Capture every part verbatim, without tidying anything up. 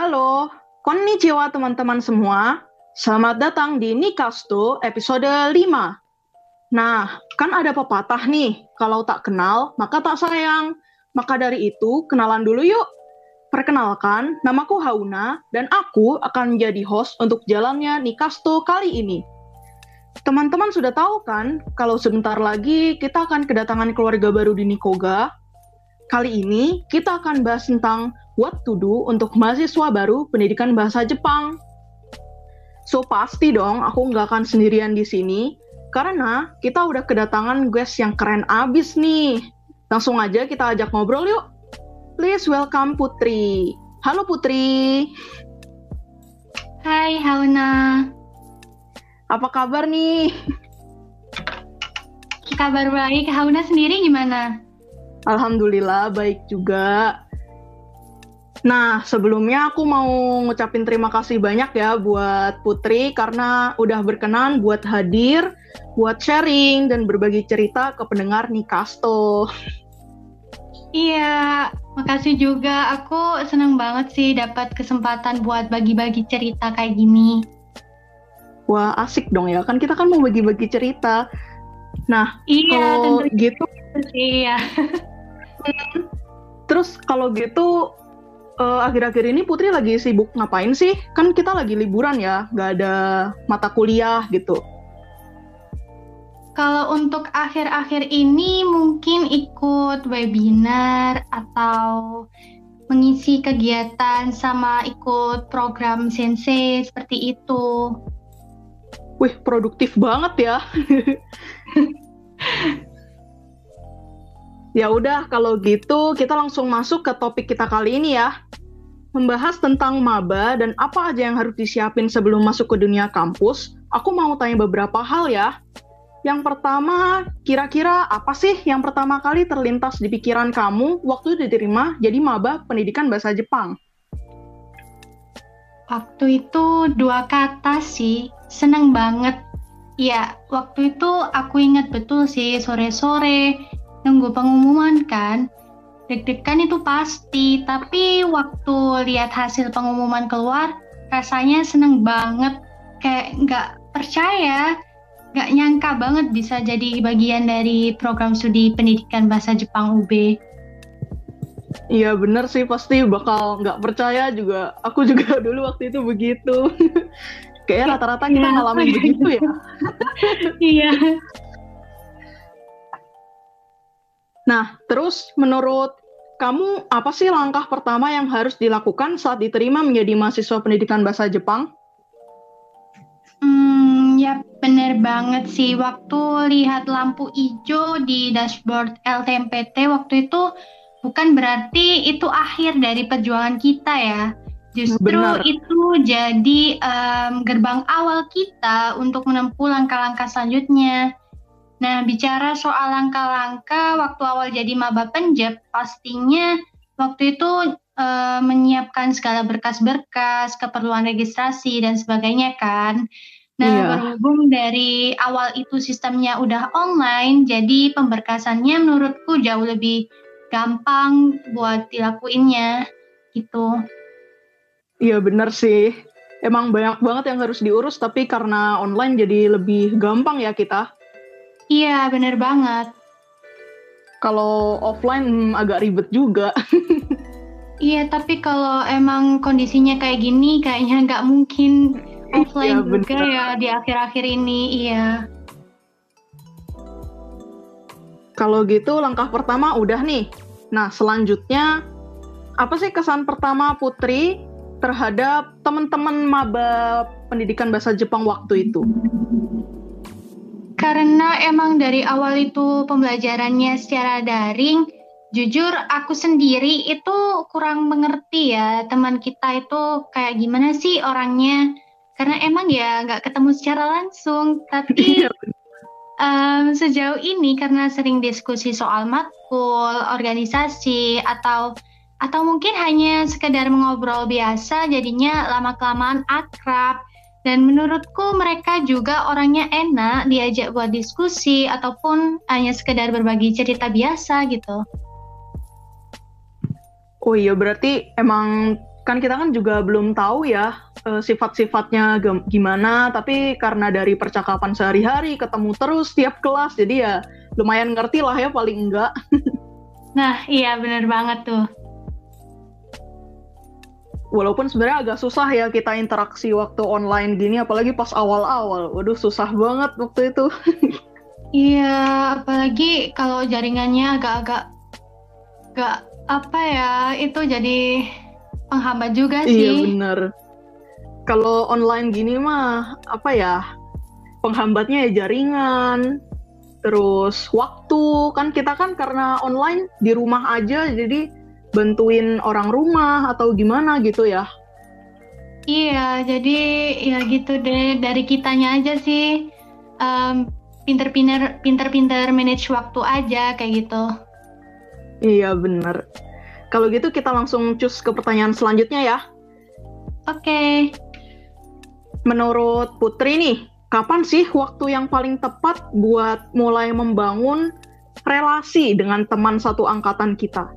Halo, konnichiwa teman-teman semua. Selamat datang di Nikasto episode lima. Nah, kan ada pepatah nih, kalau tak kenal, maka tak sayang. Maka dari itu, kenalan dulu yuk. Perkenalkan, namaku Hauna, dan aku akan menjadi host untuk jalannya Nikasto kali ini. Teman-teman sudah tahu kan, kalau sebentar lagi kita akan kedatangan keluarga baru di Nikoga. Kali ini, kita akan bahas tentang what to do untuk mahasiswa baru pendidikan bahasa Jepang. So, pasti dong aku nggak akan sendirian di sini, karena kita udah kedatangan guest yang keren abis nih. Langsung aja kita ajak ngobrol yuk. Please welcome Putri. Halo Putri. Hai Hauna. Apa kabar nih? Kabar baik. Hauna sendiri gimana? Alhamdulillah baik juga. Nah, sebelumnya aku mau ngucapin terima kasih banyak ya buat Putri karena udah berkenan buat hadir, buat sharing dan berbagi cerita ke pendengar Nikasto. Iya, makasih juga. Aku senang banget sih dapat kesempatan buat bagi-bagi cerita kayak gini. Wah, asik dong ya. Kan kita kan mau bagi-bagi cerita. Nah, iya, kalau tentu gitu sih ya. Terus kalau gitu uh, akhir-akhir ini Putri lagi sibuk ngapain sih? Kan kita lagi liburan ya, nggak ada mata kuliah gitu. Kalau untuk akhir-akhir ini mungkin ikut webinar atau mengisi kegiatan sama ikut program sensei seperti itu. Wih, produktif banget ya. Ya udah, kalau gitu kita langsung masuk ke topik kita kali ini ya. Membahas tentang maba dan apa aja yang harus disiapin sebelum masuk ke dunia kampus. Aku mau tanya beberapa hal ya. Yang pertama, kira-kira apa sih yang pertama kali terlintas di pikiran kamu waktu diterima jadi maba pendidikan bahasa Jepang? Waktu itu dua kata sih, seneng banget. Ya, waktu itu aku ingat betul sih sore-sore nunggu pengumuman kan, deg-degan itu pasti, tapi waktu lihat hasil pengumuman keluar, rasanya seneng banget, kayak nggak percaya, nggak nyangka banget bisa jadi bagian dari program studi pendidikan bahasa Jepang U B. Iya bener sih, pasti bakal nggak percaya juga. Aku juga dulu waktu itu begitu. Kayaknya rata-rata kita ngalamin begitu ya. Iya. Nah, terus menurut kamu apa sih langkah pertama yang harus dilakukan saat diterima menjadi mahasiswa pendidikan bahasa Jepang? Hmm, ya bener banget sih. Waktu lihat lampu hijau di dashboard L T M P T waktu itu bukan berarti itu akhir dari perjuangan kita ya. Justru Benar. itu jadi um, gerbang awal kita untuk menempuh langkah-langkah selanjutnya. Nah, bicara soal langkah-langkah waktu awal jadi maba penjep, pastinya waktu itu e, menyiapkan segala berkas-berkas, keperluan registrasi, dan sebagainya kan. Nah, Iya. berhubung dari awal itu sistemnya udah online, jadi pemberkasannya menurutku jauh lebih gampang buat dilakuinnya, gitu. Iya benar sih. Emang banyak banget yang harus diurus, tapi karena online jadi lebih gampang ya kita. Iya, bener banget. Kalau offline hmm, agak ribet juga. Iya, tapi kalau emang kondisinya kayak gini, kayaknya nggak mungkin offline iya, juga bener. ya di akhir-akhir ini, iya. Kalau gitu langkah pertama udah nih. Nah, selanjutnya apa sih kesan pertama Putri terhadap teman-teman maba pendidikan bahasa Jepang waktu itu? Karena emang dari awal itu pembelajarannya secara daring, jujur aku sendiri itu kurang mengerti ya teman kita itu kayak gimana sih orangnya. Karena emang ya nggak ketemu secara langsung, tapi um, sejauh ini karena sering diskusi soal matkul, organisasi, atau atau mungkin hanya sekedar mengobrol biasa, jadinya lama-kelamaan akrab. Dan menurutku mereka juga orangnya enak diajak buat diskusi ataupun hanya sekedar berbagi cerita biasa gitu. Oh iya, berarti emang kan kita kan juga belum tahu ya uh, sifat-sifatnya gem- gimana, tapi karena dari percakapan sehari-hari ketemu terus tiap kelas, jadi ya lumayan ngerti lah ya paling enggak. Nah, iya bener banget tuh. Walaupun sebenarnya agak susah ya kita interaksi waktu online gini, apalagi pas awal-awal. Waduh, susah banget waktu itu. Iya, apalagi kalau jaringannya agak-agak gak apa ya, itu jadi penghambat juga Iya sih. bener. Kalau online gini mah apa ya, penghambatnya ya jaringan, terus waktu. Kan kita kan karena online di rumah aja, jadi bantuin orang rumah atau gimana gitu ya. Iya, jadi ya gitu deh, dari kitanya aja sih em, pinter-pinter pinter-pinter manage waktu aja kayak gitu. Iya bener. Kalau gitu kita langsung cus ke pertanyaan selanjutnya ya. Oke. Menurut Putri nih, kapan sih waktu yang paling tepat buat mulai membangun relasi dengan teman satu angkatan kita?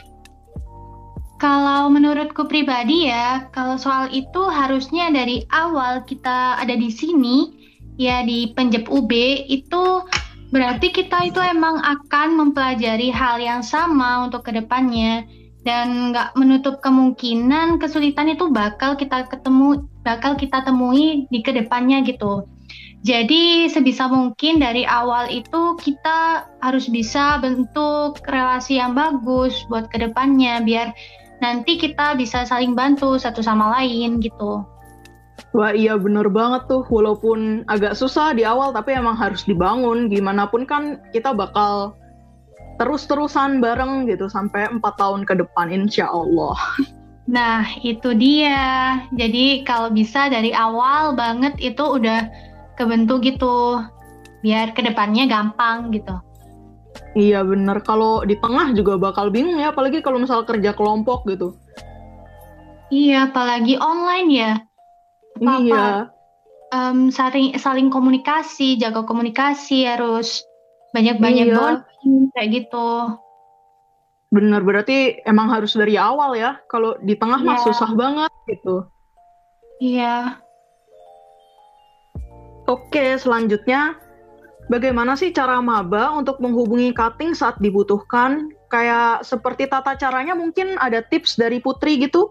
Kalau menurutku pribadi ya, kalau soal itu harusnya dari awal kita ada di sini, ya di Penjep U B, itu berarti kita itu emang akan mempelajari hal yang sama untuk kedepannya. Dan nggak menutup kemungkinan kesulitan itu bakal kita ketemu, bakal kita temui di kedepannya gitu. Jadi sebisa mungkin dari awal itu kita harus bisa bentuk relasi yang bagus buat kedepannya, biar nanti kita bisa saling bantu satu sama lain gitu. Wah iya bener banget tuh, walaupun agak susah di awal tapi emang harus dibangun. Gimana pun kan kita bakal terus-terusan bareng gitu sampai empat tahun ke depan insya Allah. Nah itu dia, jadi kalau bisa dari awal banget itu udah kebentuk gitu, biar kedepannya gampang gitu. Iya bener, kalau di tengah juga bakal bingung ya, apalagi kalau misal kerja kelompok gitu. Iya, apalagi online ya, apa-apa Iya. um, saling, saling komunikasi, jaga komunikasi, harus banyak-banyak Iya. bonding kayak gitu. Bener, berarti emang harus dari awal ya. Kalau di tengah mah Iya. susah banget gitu. Iya. Oke, selanjutnya bagaimana sih cara maba untuk menghubungi cutting saat dibutuhkan? Kayak seperti tata caranya mungkin ada tips dari Putri gitu?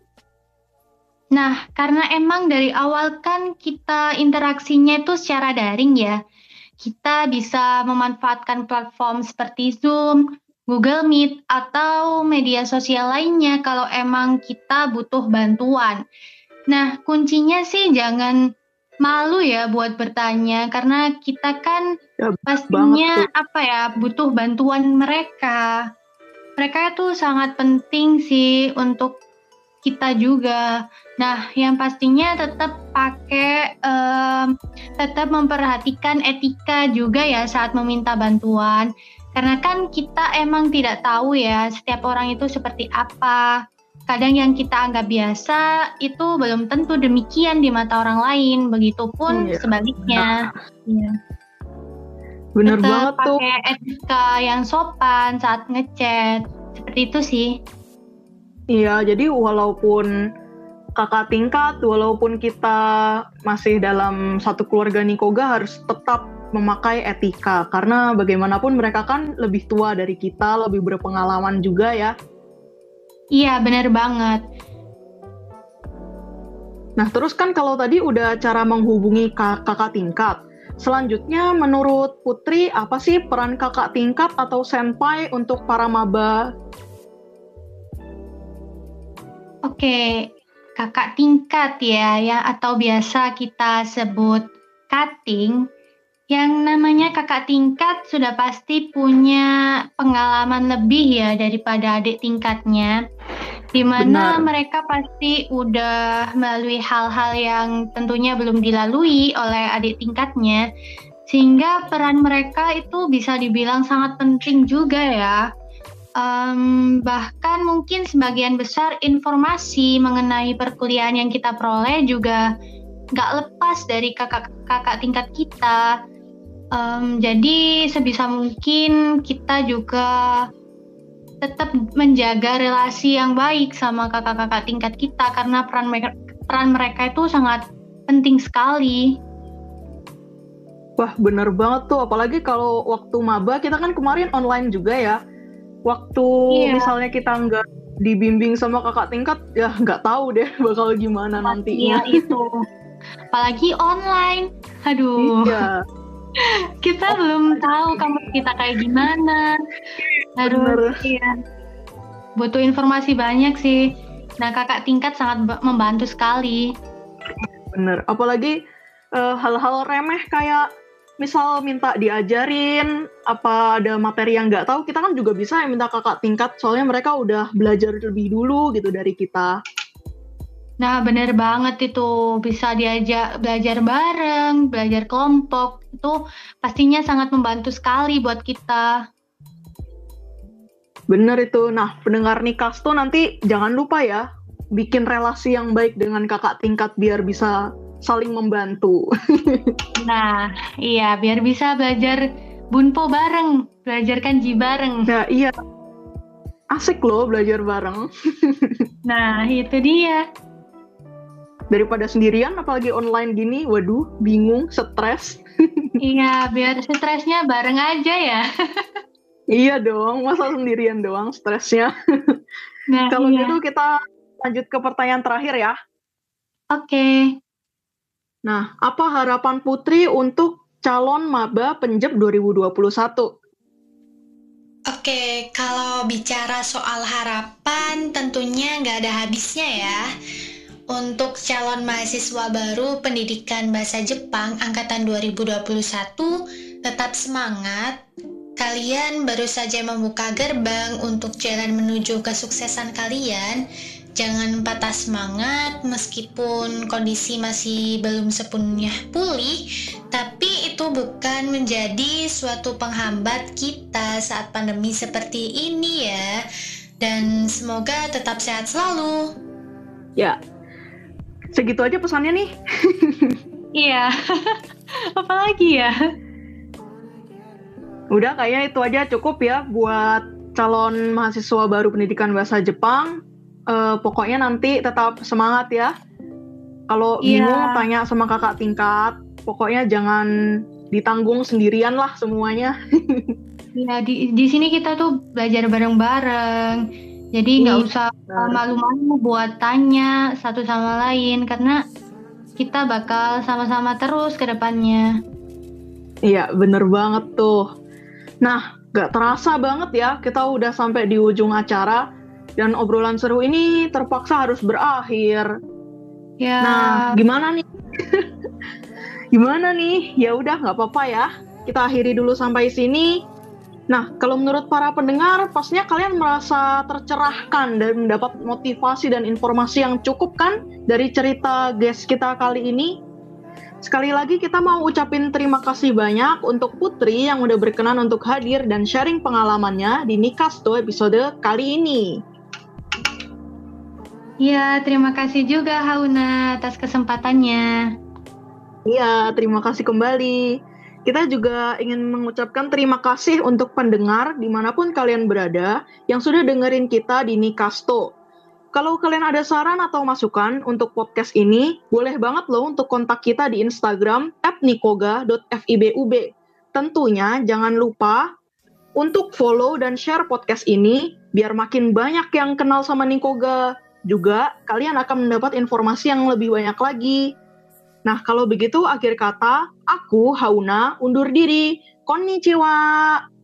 Nah, karena emang dari awal kan kita interaksinya itu secara daring ya. Kita bisa memanfaatkan platform seperti Zoom, Google Meet, atau media sosial lainnya kalau emang kita butuh bantuan. Nah, kuncinya sih jangan malu ya buat bertanya, karena kita kan Ya, pastinya apa ya, butuh bantuan mereka. Mereka itu sangat penting sih untuk kita juga. Nah, yang pastinya tetap pakai, um, tetap memperhatikan etika juga ya saat meminta bantuan. Karena kan kita emang tidak tahu ya setiap orang itu seperti apa. Kadang yang kita anggap biasa itu belum tentu demikian di mata orang lain. Begitupun iya. sebaliknya. Iya. Bener tetap banget tuh. Pakai etika yang sopan saat ngechat. Seperti itu sih. Iya, jadi walaupun kakak tingkat, walaupun kita masih dalam satu keluarga Nikoga harus tetap memakai etika. Karena bagaimanapun mereka kan lebih tua dari kita, lebih berpengalaman juga ya. Iya, benar banget. Nah, terus kan kalau tadi udah cara menghubungi kakak tingkat. Selanjutnya, menurut Putri, apa sih peran kakak tingkat atau senpai untuk para maba? Oke, kakak tingkat ya, ya atau biasa kita sebut cutting. Yang namanya kakak tingkat sudah pasti punya pengalaman lebih ya daripada adik tingkatnya. Di mana mereka pasti udah melalui hal-hal yang tentunya belum dilalui oleh adik tingkatnya. Sehingga peran mereka itu bisa dibilang sangat penting juga ya. Um, bahkan mungkin sebagian besar informasi mengenai perkuliahan yang kita peroleh juga nggak lepas dari kakak-kakak tingkat kita. Um, jadi sebisa mungkin kita juga tetap menjaga relasi yang baik sama kakak-kakak tingkat kita karena peran mereka, peran mereka itu sangat penting sekali. Wah, bener banget tuh. Apalagi kalau waktu maba, kita kan kemarin online juga ya. Waktu Iya. misalnya kita nggak dibimbing sama kakak tingkat, ya nggak tahu deh bakal gimana nantinya. Iya itu. Apalagi online. Aduh. Iya. Kita oh, belum tahu kamu kita kayak gimana. Aduh, iya. Butuh informasi banyak sih. Nah, kakak tingkat sangat membantu sekali. Bener. Apalagi uh, hal-hal remeh kayak misal minta diajarin, apa ada materi yang nggak tahu, kita kan juga bisa ya minta kakak tingkat, soalnya mereka udah belajar lebih dulu gitu dari kita. Nah, bener banget itu. Bisa diajak belajar bareng, belajar kelompok. Itu pastinya sangat membantu sekali buat kita. Bener itu. Nah, pendengar Nikasto nanti jangan lupa ya, bikin relasi yang baik dengan kakak tingkat biar bisa saling membantu. Nah, iya, biar bisa belajar bunpo bareng, belajar kanji bareng. Ya, iya. Asik loh belajar bareng. Nah, itu dia. Daripada sendirian, apalagi online gini, waduh, bingung, stres. Iya, biar stresnya bareng aja ya. Iya dong, masa sendirian doang stresnya. Nah, kalau iya. gitu kita lanjut ke pertanyaan terakhir ya. Oke. Okay. Nah, apa harapan Putri untuk calon maba Penjep dua ribu dua puluh satu? Oke, kalau bicara soal harapan tentunya nggak ada habisnya ya. Untuk calon mahasiswa baru pendidikan bahasa Jepang angkatan dua ribu dua puluh satu, tetap semangat. Kalian baru saja membuka gerbang untuk jalan menuju kesuksesan kalian. Jangan patah semangat meskipun kondisi masih belum sepenuhnya pulih, tapi itu bukan menjadi suatu penghambat kita saat pandemi seperti ini ya. Dan semoga tetap sehat selalu. Ya, segitu aja pesannya nih. Iya, apalagi ya? Udah kayaknya itu aja cukup ya buat calon mahasiswa baru pendidikan bahasa Jepang. Uh, pokoknya nanti tetap semangat ya. Kalau yeah. bingung tanya sama kakak tingkat. Pokoknya jangan ditanggung sendirian lah semuanya. Ya di di sini kita tuh belajar bareng-bareng. Jadi nggak yeah. usah malu-malu buat tanya satu sama lain karena kita bakal sama-sama terus ke depannya. Iya, bener banget tuh. Nah, gak terasa banget ya kita udah sampai di ujung acara. Dan obrolan seru ini terpaksa harus berakhir. Ya. Nah, gimana nih? gimana nih? Ya udah, nggak apa-apa ya. Kita akhiri dulu sampai sini. Nah, kalau menurut para pendengar, pastinya kalian merasa tercerahkan dan mendapat motivasi dan informasi yang cukup kan dari cerita guest kita kali ini. Sekali lagi kita mau ucapin terima kasih banyak untuk Putri yang udah berkenan untuk hadir dan sharing pengalamannya di Nikasto episode kali ini. Ya, terima kasih juga Hauna atas kesempatannya. Iya, terima kasih kembali. Kita juga ingin mengucapkan terima kasih untuk pendengar dimanapun kalian berada yang sudah dengerin kita di Nikasto. Kalau kalian ada saran atau masukan untuk podcast ini, boleh banget loh untuk kontak kita di Instagram at nikoga dot fibub. Tentunya jangan lupa untuk follow dan share podcast ini biar makin banyak yang kenal sama Nikoga. Juga kalian akan mendapat informasi yang lebih banyak lagi. Nah, kalau begitu akhir kata, aku, Hauna, undur diri. Konnichiwa!